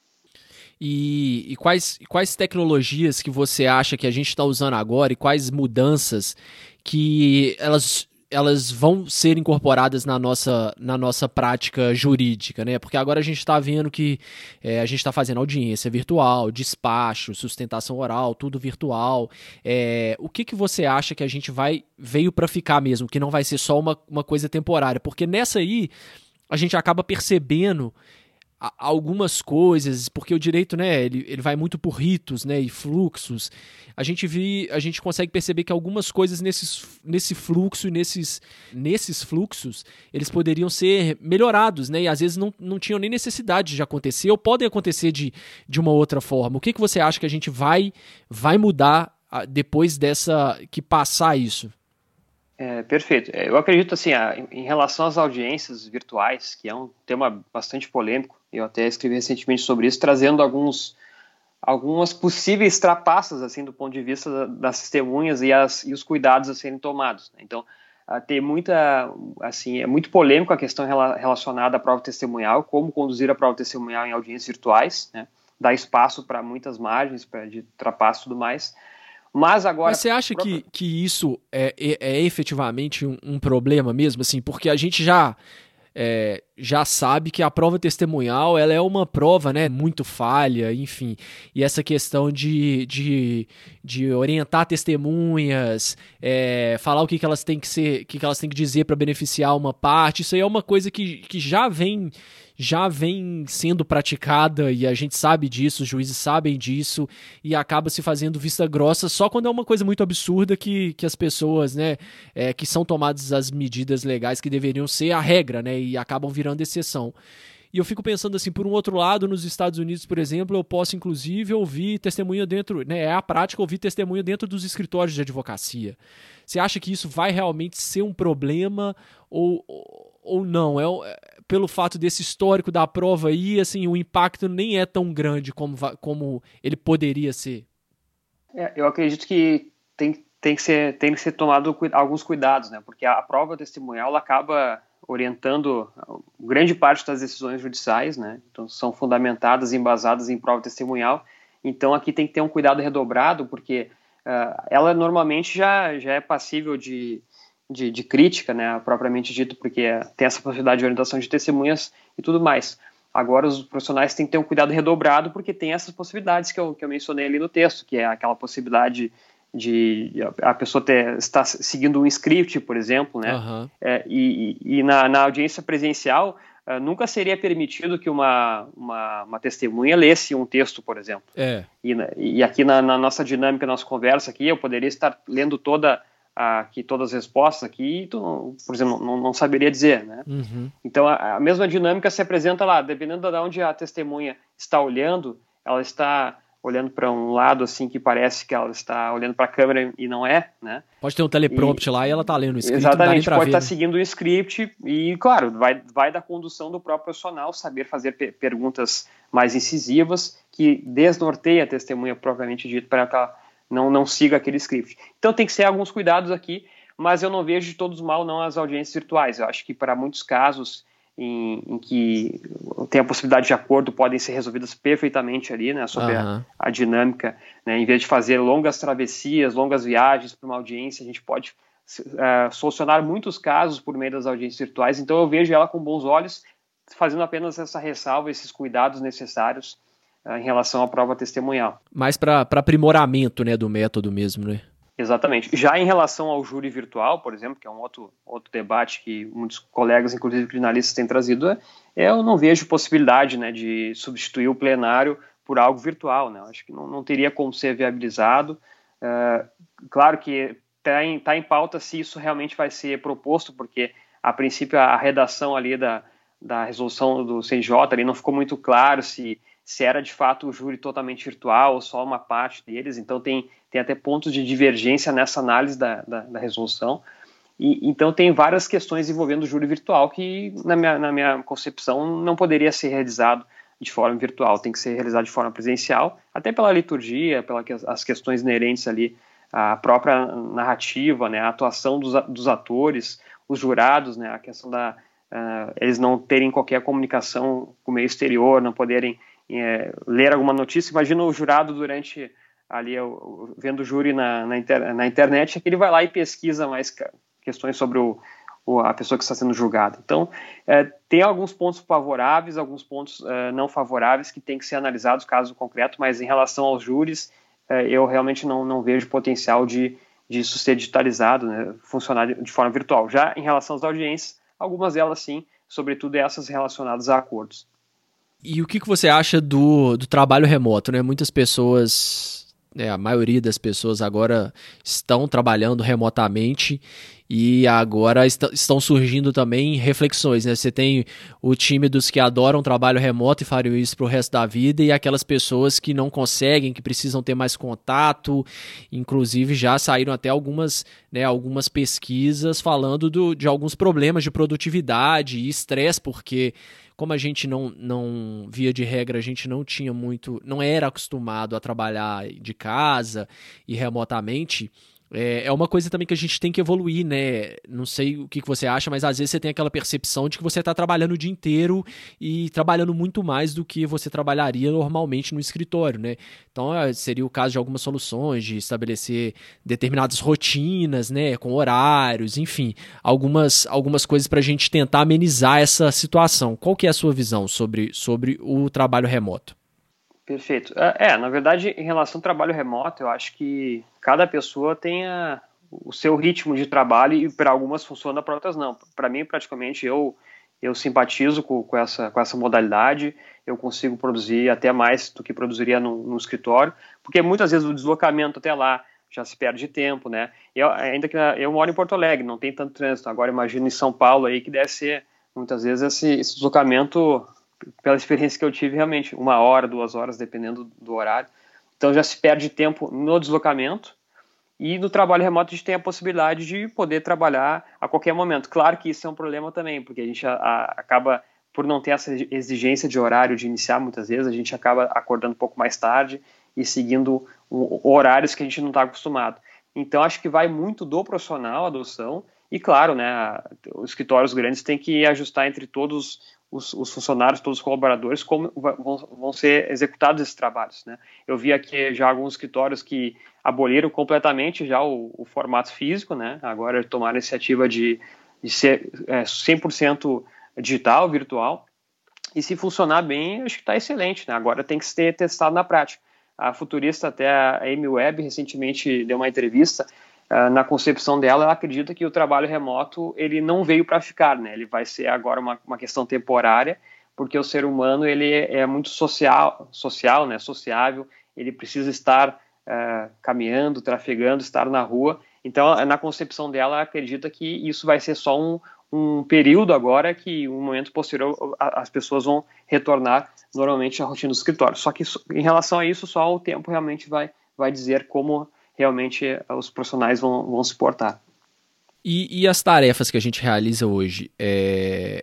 E, e quais, quais tecnologias que você acha que a gente está usando agora e quais mudanças que elas, elas vão ser incorporadas na nossa, na nossa prática jurídica, né? Porque agora a gente está vendo que é, a gente está fazendo audiência virtual, despacho, sustentação oral, tudo virtual. É, o que, que você acha que a gente vai veio para ficar mesmo, que não vai ser só uma, uma coisa temporária? Porque nessa aí a gente acaba percebendo a, algumas coisas, porque o direito, né, ele, ele vai muito por ritos, né, e fluxos. A gente vi, a gente consegue perceber que algumas coisas nesses, nesse fluxo e nesses, nesses fluxos, eles poderiam ser melhorados, né, e às vezes não, não tinham nem necessidade de acontecer, ou podem acontecer de, de uma outra forma. O que, que você acha que a gente vai, vai mudar depois dessa, que passar isso? É, perfeito. Eu acredito assim, em relação às audiências virtuais, que é um tema bastante polêmico, eu até escrevi recentemente sobre isso, trazendo alguns, algumas possíveis trapaças assim, do ponto de vista das testemunhas e, as, e os cuidados a serem tomados. Então, tem muita, assim, é muito polêmico a questão relacionada à prova testemunhal, como conduzir a prova testemunhal em audiências virtuais, né? Dá espaço para muitas margens, para de trapaço e tudo mais. Mas agora. Mas você acha própria... que, que isso é, é, é efetivamente um, um problema mesmo, assim? Porque a gente já, é, já sabe que a prova testemunhal ela é uma prova, né, muito falha, enfim. E essa questão de, de, de orientar testemunhas, é, falar o que, que elas têm que ser, o que, que elas têm que dizer para beneficiar uma parte, isso aí é uma coisa que, que já vem. já vem sendo praticada e a gente sabe disso, os juízes sabem disso e acaba se fazendo vista grossa só quando é uma coisa muito absurda que, que as pessoas, né, é, que são tomadas as medidas legais que deveriam ser a regra, né, e acabam virando exceção. E eu fico pensando assim, por um outro lado, nos Estados Unidos, por exemplo, eu posso inclusive ouvir testemunha dentro, né, é a prática ouvir testemunha dentro dos escritórios de advocacia. Você acha que isso vai realmente ser um problema ou, ou não? É, pelo fato desse histórico da prova aí, assim, o impacto nem é tão grande como, como ele poderia ser. É, eu acredito que tem, tem, que ser, tem que ser tomado alguns cuidados, né? Porque a prova testemunhal ela acaba orientando grande parte das decisões judiciais, né? Então são fundamentadas e embasadas em prova testemunhal. Então aqui tem que ter um cuidado redobrado, porque uh, ela normalmente já, já é passível de De, de crítica, né, propriamente dito, porque tem essa possibilidade de orientação de testemunhas e tudo mais. Agora, os profissionais têm que ter um cuidado redobrado, porque tem essas possibilidades que eu, que eu mencionei ali no texto, que é aquela possibilidade de a pessoa ter, estar seguindo um script, por exemplo, né, uhum. é, e, e na, na audiência presencial, uh, nunca seria permitido que uma, uma, uma testemunha lesse um texto, por exemplo. É. E, e aqui na, na nossa dinâmica, na nossa conversa aqui, eu poderia estar lendo toda aqui todas as respostas aqui, tu, por exemplo, não, não saberia dizer, né? Uhum. Então, a, a mesma dinâmica se apresenta lá, dependendo de onde a testemunha está olhando, ela está olhando para um lado, assim, que parece que ela está olhando para a câmera e não é, né? Pode ter um teleprompter e, lá e ela está lendo o script, exatamente, não dá nem pra pode ver, estar né? seguindo o script e, claro, vai, vai da condução do próprio profissional saber fazer pe- perguntas mais incisivas que desnorteia a testemunha propriamente dito para que ela Não, não siga aquele script. Então tem que ser alguns cuidados aqui, mas eu não vejo de todos mal não as audiências virtuais. Eu acho que para muitos casos em, em que tem a possibilidade de acordo podem ser resolvidas perfeitamente ali, né, sobre uhum. a, a dinâmica, né, em vez de fazer longas travessias, longas viagens para uma audiência, a gente pode uh, solucionar muitos casos por meio das audiências virtuais. Então eu vejo ela com bons olhos, fazendo apenas essa ressalva, esses cuidados necessários em relação à prova testemunhal. Mais para aprimoramento, né, do método mesmo, né? Exatamente. Já em relação ao júri virtual, por exemplo, que é um outro, outro debate que muitos colegas, inclusive criminalistas, têm trazido, eu não vejo possibilidade, né, de substituir o plenário por algo virtual, né? Eu acho que não, não teria como ser viabilizado. Uh, claro que está em, tá em pauta se isso realmente vai ser proposto, porque, a princípio, a redação ali da, da resolução do C N J ali não ficou muito claro se se era de fato o júri totalmente virtual ou só uma parte deles, então tem, tem até pontos de divergência nessa análise da, da, da resolução, e, então tem várias questões envolvendo o júri virtual que, na minha, na minha concepção, não poderia ser realizado de forma virtual, tem que ser realizado de forma presencial, até pela liturgia, pelas questões inerentes ali, a própria narrativa, né, a atuação dos, dos atores, os jurados, né, a questão da uh, eles não terem qualquer comunicação com o meio exterior, não poderem É, ler alguma notícia. Imagina o jurado durante ali eu, vendo o júri na, na, inter, na internet, é que ele vai lá e pesquisa mais questões sobre o, o, a pessoa que está sendo julgada. Então é, tem alguns pontos favoráveis, alguns pontos é, não favoráveis que tem que ser analisados caso concreto, mas em relação aos júris é, eu realmente não, não vejo potencial de, de isso ser digitalizado, né, funcionar de, de forma virtual. Já em relação às audiências, algumas delas sim, sobretudo essas relacionadas a acordos. E o que, que você acha do, do trabalho remoto, né? Muitas pessoas, né, a maioria das pessoas agora estão trabalhando remotamente e agora est- estão surgindo também reflexões, né? Você tem o time dos que adoram trabalho remoto e fariam isso pro resto da vida e aquelas pessoas que não conseguem, que precisam ter mais contato. Inclusive já saíram até algumas, né, algumas pesquisas falando do, de alguns problemas de produtividade e estresse, porque como a gente não, não, via de regra, a gente não tinha muito, não era acostumado a trabalhar de casa e remotamente, é, é uma coisa também que a gente tem que evoluir, né? Não sei o que, que você acha, mas às vezes você tem aquela percepção de que você está trabalhando o dia inteiro e trabalhando muito mais do que você trabalharia normalmente no escritório, né? Então é, seria o caso de algumas soluções, de estabelecer determinadas rotinas, né? Com horários, enfim, algumas, algumas coisas para a gente tentar amenizar essa situação. Qual que é a sua visão sobre, sobre o trabalho remoto? Perfeito. É, na verdade, em relação ao trabalho remoto, eu acho que cada pessoa tem a, o seu ritmo de trabalho e para algumas funciona, para outras não. Para mim, praticamente, eu, eu simpatizo com, com, essa, com essa modalidade, eu consigo produzir até mais do que produziria no, no escritório, porque muitas vezes o deslocamento até lá já se perde tempo, né? Eu, ainda que eu moro em Porto Alegre, não tem tanto trânsito, agora imagino em São Paulo aí que deve ser, muitas vezes, esse, esse deslocamento, pela experiência que eu tive, realmente, uma hora, duas horas, dependendo do horário. Então já se perde tempo no deslocamento e no trabalho remoto a gente tem a possibilidade de poder trabalhar a qualquer momento. Claro que isso é um problema também, porque a gente a, a, acaba, por não ter essa exigência de horário de iniciar muitas vezes, a gente acaba acordando um pouco mais tarde e seguindo um, horários que a gente não está acostumado. Então acho que vai muito do profissional, a adoção, e claro, né, os escritórios grandes têm que ajustar entre todos Os, os funcionários, todos os colaboradores, como vão, vão ser executados esses trabalhos, né? Eu vi aqui já alguns escritórios que aboliram completamente já o, o formato físico, né? Agora tomaram a iniciativa de, de ser é, cem por cento digital, virtual, e se funcionar bem, acho que está excelente, né? Agora tem que ser testado na prática. A futurista, até a Amy Webb, recentemente deu uma entrevista. Uh, na concepção dela, ela acredita que o trabalho remoto ele não veio para ficar, né? Ele vai ser agora uma, uma questão temporária, porque o ser humano ele é muito social, social, né? Sociável, ele precisa estar uh, caminhando, trafegando, estar na rua. Então, na concepção dela, ela acredita que isso vai ser só um, um período agora, que um momento posterior as pessoas vão retornar normalmente à rotina do escritório. Só que em relação a isso, só o tempo realmente vai, vai dizer como realmente os profissionais vão, vão se portar. E, e as tarefas que a gente realiza hoje, é...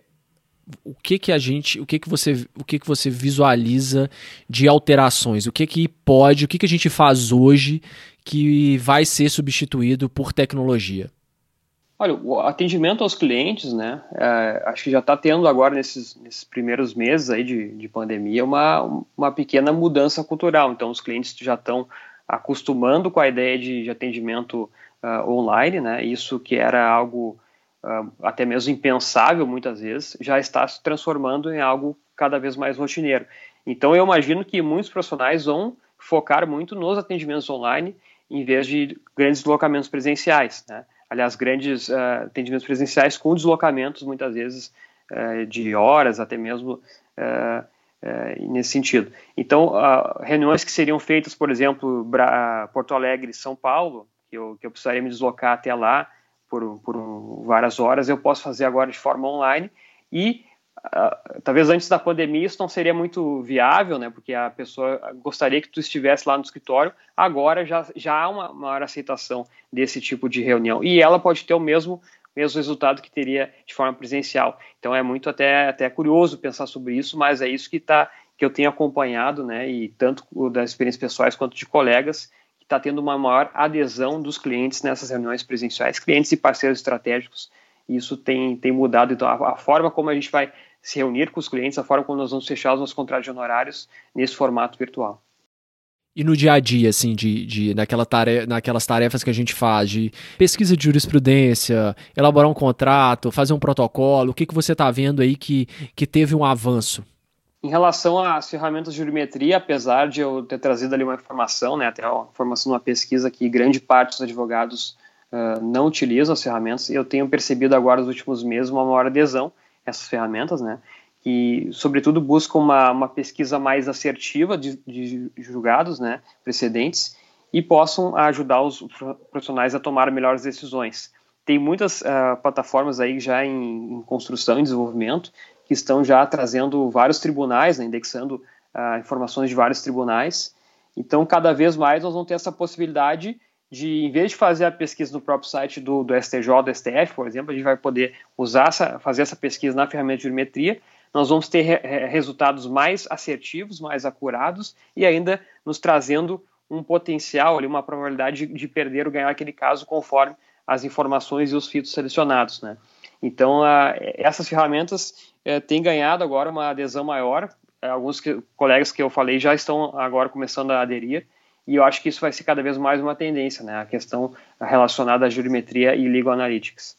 o que que a gente, o que que você, o que que você visualiza de alterações? O que que pode, o que que a gente faz hoje que vai ser substituído por tecnologia? Olha, o atendimento aos clientes, né? É, acho que já está tendo agora nesses, nesses primeiros meses aí de, de pandemia uma, uma pequena mudança cultural. Então, os clientes já estão acostumando com a ideia de, de atendimento uh, online, né? Isso que era algo uh, até mesmo impensável muitas vezes, já está se transformando em algo cada vez mais rotineiro. Então eu imagino que muitos profissionais vão focar muito nos atendimentos online em vez de grandes deslocamentos presenciais, né? Aliás, grandes uh, atendimentos presenciais com deslocamentos muitas vezes uh, de horas, até mesmo uh, Uh, nesse sentido. Então, uh, reuniões que seriam feitas, por exemplo, Bra- Porto Alegre, São Paulo, que eu, que eu precisaria me deslocar até lá por, por um, várias horas, eu posso fazer agora de forma online e uh, talvez antes da pandemia isso não seria muito viável, né, porque a pessoa gostaria que tu estivesse lá no escritório, agora já, já há uma maior aceitação desse tipo de reunião e ela pode ter o mesmo mesmo resultado que teria de forma presencial. Então é muito até, até curioso pensar sobre isso, mas é isso que, tá, que eu tenho acompanhado, né, e tanto das experiências pessoais quanto de colegas, que está tendo uma maior adesão dos clientes nessas reuniões presenciais, clientes e parceiros estratégicos, e isso tem, tem mudado. Então a, a forma como a gente vai se reunir com os clientes, a forma como nós vamos fechar os nossos contratos de honorários nesse formato virtual. E no dia a dia, assim, de, de, naquela tarefa, naquelas tarefas que a gente faz, de pesquisa de jurisprudência, elaborar um contrato, fazer um protocolo, o que, que você está vendo aí que, que teve um avanço? Em relação às ferramentas de jurimetria, apesar de eu ter trazido ali uma informação, né, até uma informação numa pesquisa que grande parte dos advogados uh, não utilizam as ferramentas, eu tenho percebido agora nos últimos meses uma maior adesão a essas ferramentas, né, e, sobretudo, buscam uma, uma pesquisa mais assertiva de, de julgados, né, precedentes, e possam ajudar os profissionais a tomar melhores decisões. Tem muitas uh, plataformas aí já em, em construção e desenvolvimento que estão já trazendo vários tribunais, né, indexando uh, informações de vários tribunais. Então, cada vez mais nós vamos ter essa possibilidade de, em vez de fazer a pesquisa no próprio site do, do S T J, do S T F, por exemplo, a gente vai poder usar essa, fazer essa pesquisa na ferramenta de jurimetria. Nós vamos ter re, resultados mais assertivos, mais acurados e ainda nos trazendo um potencial, ali, uma probabilidade de, de perder ou ganhar aquele caso conforme as informações e os fitos selecionados, né? Então, a, essas ferramentas é, têm ganhado agora uma adesão maior. Alguns que, colegas que eu falei já estão agora começando a aderir, e eu acho que isso vai ser cada vez mais uma tendência, né? A questão relacionada à jurimetria e legal analytics.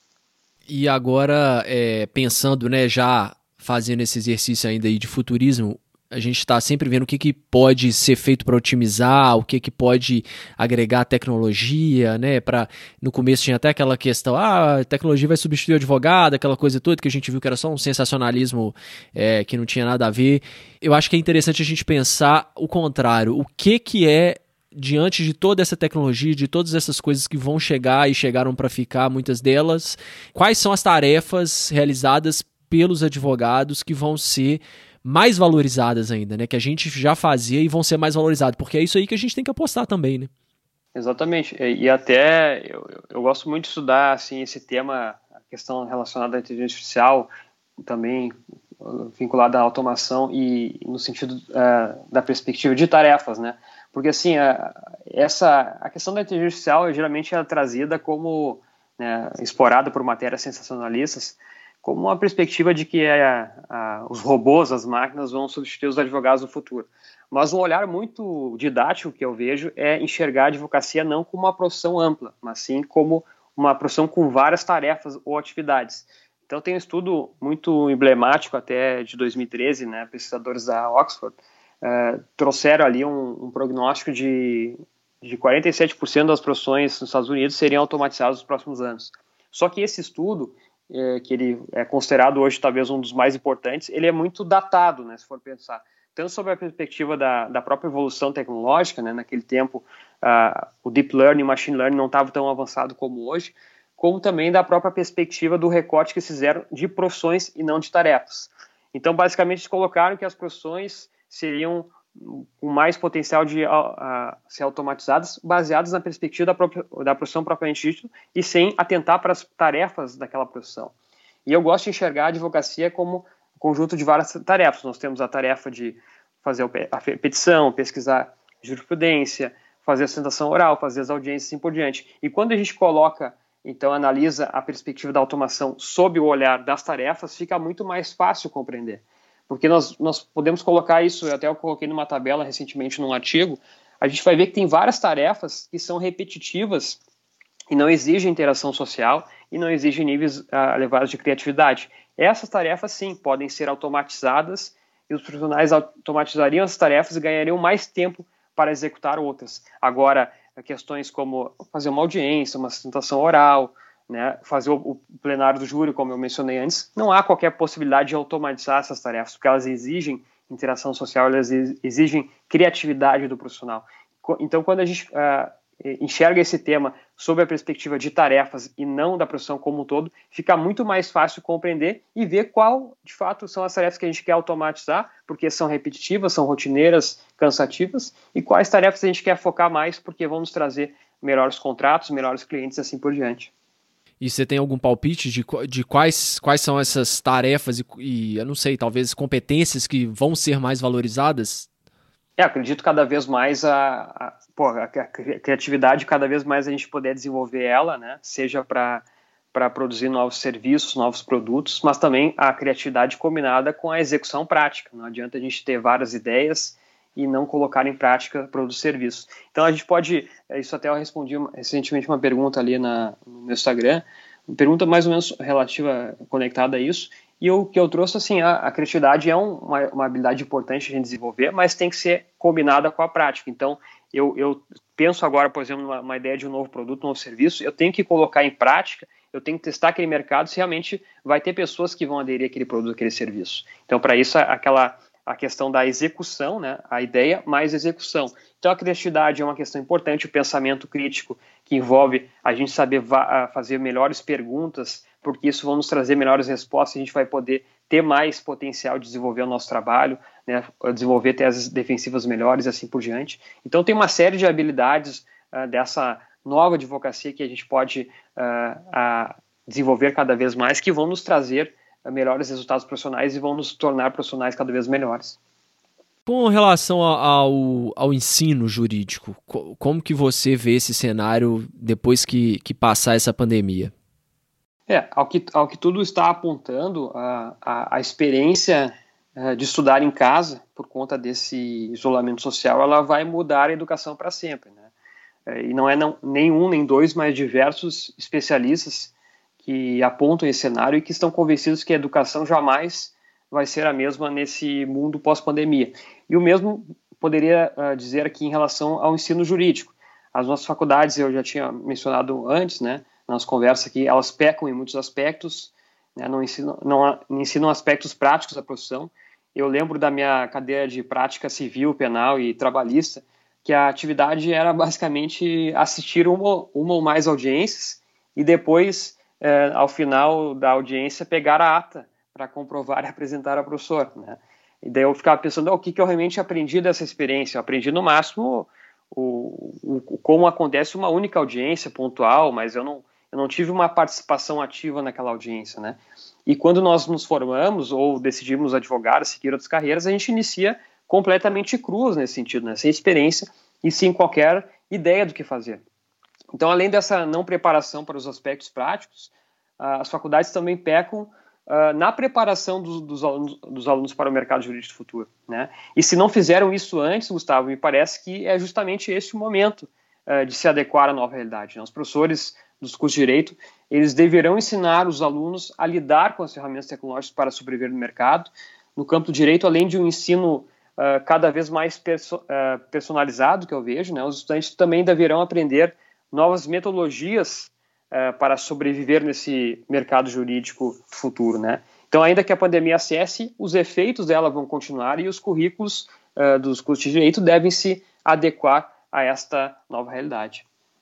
E agora, é, pensando, né, já fazendo esse exercício ainda aí de futurismo, a gente está sempre vendo o que, que pode ser feito para otimizar, o que, que pode agregar tecnologia, né? Pra, no começo tinha até aquela questão, ah, a tecnologia vai substituir o advogado, aquela coisa toda que a gente viu que era só um sensacionalismo é, que não tinha nada a ver. Eu acho que é interessante a gente pensar o contrário. O que, que é, diante de toda essa tecnologia, de todas essas coisas que vão chegar e chegaram para ficar, muitas delas, quais são as tarefas realizadas pelos advogados que vão ser mais valorizadas ainda, né? Que a gente já fazia e vão ser mais valorizadas, porque é isso aí que a gente tem que apostar também, né? Exatamente, e até eu, eu gosto muito de estudar assim, esse tema, a questão relacionada à inteligência artificial, também vinculada à automação e no sentido uh, da perspectiva de tarefas, né? Porque assim, a, essa, a questão da inteligência artificial geralmente é trazida como, né, explorada por matérias sensacionalistas, como uma perspectiva de que é, a, os robôs, as máquinas vão substituir os advogados no futuro. Mas um olhar muito didático que eu vejo é enxergar a advocacia não como uma profissão ampla, mas sim como uma profissão com várias tarefas ou atividades. Então tem um estudo muito emblemático até de dois mil e treze, né, pesquisadores da Oxford uh, trouxeram ali um, um prognóstico de, de quarenta e sete por cento das profissões nos Estados Unidos seriam automatizadas nos próximos anos. Só que esse estudo, É, que ele é considerado hoje talvez um dos mais importantes, ele é muito datado, né, se for pensar, tanto sobre a perspectiva da, da própria evolução tecnológica, né, naquele tempo uh, o Deep Learning e o Machine Learning não estava tão avançado como hoje, como também da própria perspectiva do recorte que se fizeram de profissões e não de tarefas. Então, basicamente, eles colocaram que as profissões seriam com mais potencial de uh, uh, ser automatizadas, baseadas na perspectiva da, própria, da profissão propriamente dita e sem atentar para as tarefas daquela profissão. E eu gosto de enxergar a advocacia como um conjunto de várias tarefas. Nós temos a tarefa de fazer a petição, pesquisar jurisprudência, fazer a sustentação oral, fazer as audiências e assim por diante. E quando a gente coloca, então, analisa a perspectiva da automação sob o olhar das tarefas, fica muito mais fácil compreender. Porque nós, nós podemos colocar isso, até eu coloquei numa tabela recentemente num artigo, a gente vai ver que tem várias tarefas que são repetitivas e não exigem interação social e não exigem níveis uh, elevados de criatividade. Essas tarefas, sim, podem ser automatizadas e os profissionais automatizariam essas tarefas e ganhariam mais tempo para executar outras. Agora, questões como fazer uma audiência, uma sustentação oral, né, fazer o plenário do júri, como eu mencionei antes, não há qualquer possibilidade de automatizar essas tarefas, porque elas exigem interação social, elas exigem criatividade do profissional. Então, quando a gente uh, enxerga esse tema sob a perspectiva de tarefas e não da profissão como um todo, fica muito mais fácil compreender e ver qual, de fato, são as tarefas que a gente quer automatizar, porque são repetitivas, são rotineiras, cansativas, e quais tarefas a gente quer focar mais, porque vão nos trazer melhores contratos, melhores clientes e assim por diante. E você tem algum palpite de, de quais, quais são essas tarefas e, e, eu não sei, talvez competências que vão ser mais valorizadas? É, acredito cada vez mais a, a, pô, a criatividade, cada vez mais a gente poder desenvolver ela, né? Seja para para produzir novos serviços, novos produtos, mas também a criatividade combinada com a execução prática. Não adianta a gente ter várias ideias e não colocar em prática produtos e serviços. Então a gente pode, isso até eu respondi recentemente uma pergunta ali na, no meu Instagram, uma pergunta mais ou menos relativa, conectada a isso, e o que eu trouxe, assim, a, a criatividade é um, uma, uma habilidade importante a gente desenvolver, mas tem que ser combinada com a prática. Então eu, eu penso agora, por exemplo, numa uma ideia de um novo produto, um novo serviço, eu tenho que colocar em prática, eu tenho que testar aquele mercado se realmente vai ter pessoas que vão aderir àquele produto, àquele serviço. Então, para isso, aquela, a questão da execução, né? A ideia mais execução. Então, a criatividade é uma questão importante, o pensamento crítico, que envolve a gente saber fazer melhores perguntas, porque isso vai nos trazer melhores respostas, a gente vai poder ter mais potencial de desenvolver o nosso trabalho, né, desenvolver teses defensivas melhores e assim por diante. Então, tem uma série de habilidades uh, dessa nova advocacia que a gente pode uh, uh, desenvolver cada vez mais, que vão nos trazer uh, melhores resultados profissionais e vão nos tornar profissionais cada vez melhores. Com relação ao, ao ensino jurídico, como que você vê esse cenário depois que, que passar essa pandemia? É, ao que, ao que tudo está apontando, a, a, a experiência uh, de estudar em casa, por conta desse isolamento social, ela vai mudar a educação para sempre, né? É, e não é não, nem um, nem dois, mas diversos especialistas que apontam esse cenário e que estão convencidos que a educação jamais vai ser a mesma nesse mundo pós-pandemia. E o mesmo poderia uh, dizer aqui em relação ao ensino jurídico. As nossas faculdades, eu já tinha mencionado antes, né, nas conversas aqui, elas pecam em muitos aspectos, né, não, ensinam, não, não ensinam aspectos práticos da profissão. Eu lembro da minha cadeira de prática civil, penal e trabalhista, que a atividade era basicamente assistir uma, uma ou mais audiências e depois, eh, ao final da audiência, pegar a ata para comprovar e apresentar ao professor, né? E daí eu ficava pensando, oh, o que, que eu realmente aprendi dessa experiência? Eu aprendi no máximo o, o, como acontece uma única audiência pontual, mas eu não, eu não tive uma participação ativa naquela audiência, né? E quando nós nos formamos ou decidimos advogar, seguir outras carreiras, a gente inicia completamente cruz nesse sentido, né? Sem experiência e sem qualquer ideia do que fazer. Então, além dessa não preparação para os aspectos práticos, as faculdades também pecam Uh, na preparação dos, dos, alunos, dos alunos para o mercado jurídico do futuro, né? E se não fizeram isso antes, Gustavo, me parece que é justamente esse o momento uh, de se adequar à nova realidade, né? Os professores dos cursos de Direito, eles deverão ensinar os alunos a lidar com as ferramentas tecnológicas para sobreviver no mercado. No campo do direito, além de um ensino uh, cada vez mais perso uh, personalizado, que eu vejo, né? Os estudantes também deverão aprender novas metodologias Uh, para sobreviver nesse mercado jurídico futuro, né? Então, ainda que a pandemia cesse, os efeitos dela vão continuar e os currículos uh, dos cursos de direito devem se adequar a esta nova realidade.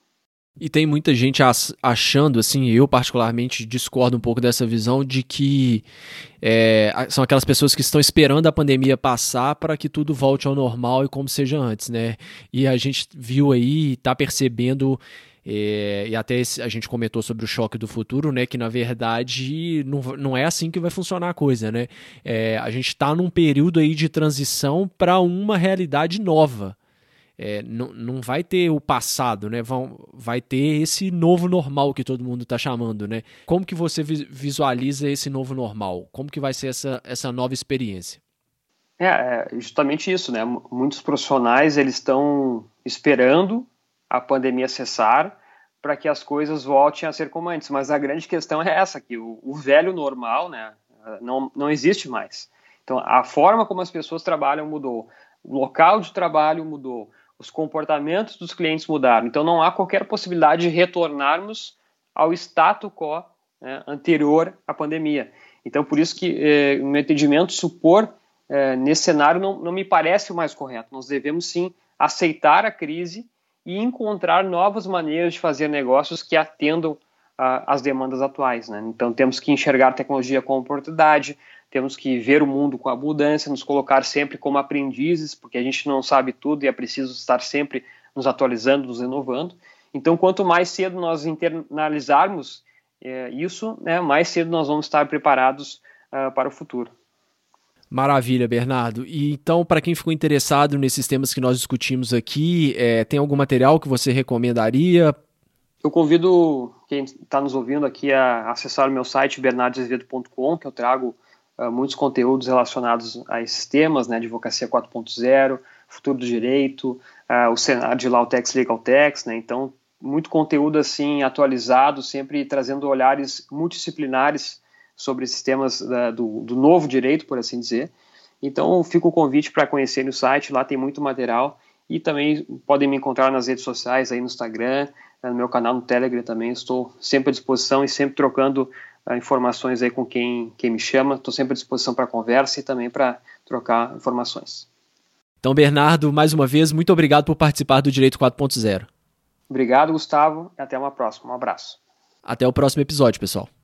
E tem muita gente achando, assim, eu particularmente discordo um pouco dessa visão de que é, são aquelas pessoas que estão esperando a pandemia passar para que tudo volte ao normal e como seja antes, né? E a gente viu aí, está percebendo... É, e até esse, a gente comentou sobre o choque do futuro, né, que na verdade não, não é assim que vai funcionar a coisa, né? É, a gente está num período aí de transição para uma realidade nova. É, não, não vai ter o passado, né? Vão, vai ter esse novo normal que todo mundo está chamando, né? Como que você visualiza esse novo normal? Como que vai ser essa, essa nova experiência? É, é justamente isso, né? Muitos profissionais eles estão esperando a pandemia cessar para que as coisas voltem a ser como antes, mas a grande questão é essa, que o, o velho normal, né, não, não existe mais. Então, a forma como as pessoas trabalham mudou, o local de trabalho mudou, os comportamentos dos clientes mudaram, então não há qualquer possibilidade de retornarmos ao status quo, né, anterior à pandemia. Então, por isso que, eh, no meu entendimento, supor eh, nesse cenário não, não me parece o mais correto. Nós devemos, sim, aceitar a crise e encontrar novas maneiras de fazer negócios que atendam às demandas atuais, né? Então, temos que enxergar a tecnologia como oportunidade, temos que ver o mundo com abundância, nos colocar sempre como aprendizes, porque a gente não sabe tudo e é preciso estar sempre nos atualizando, nos renovando. Então, quanto mais cedo nós internalizarmos é, isso, né, mais cedo nós vamos estar preparados uh, para o futuro. Maravilha, Bernardo. E então, para quem ficou interessado nesses temas que nós discutimos aqui, é, tem algum material que você recomendaria? Eu convido quem está nos ouvindo aqui a acessar o meu site bernardo azevedo ponto com, que eu trago uh, muitos conteúdos relacionados a esses temas, né, advocacia quatro ponto zero, futuro do direito, uh, o cenário de Lautex, Legaltex, né, então muito conteúdo assim atualizado, sempre trazendo olhares multidisciplinares sobre esses temas uh, do, do novo direito, por assim dizer. Então, fica o convite para conhecer no site, lá tem muito material, e também podem me encontrar nas redes sociais, aí no Instagram, no meu canal no Telegram também. Estou sempre à disposição e sempre trocando uh, informações aí com quem, quem me chama. Estou sempre à disposição para conversa e também para trocar informações. Então, Bernardo, mais uma vez, muito obrigado por participar do Direito quatro ponto zero. Obrigado, Gustavo, e até uma próxima. Um abraço. Até o próximo episódio, pessoal.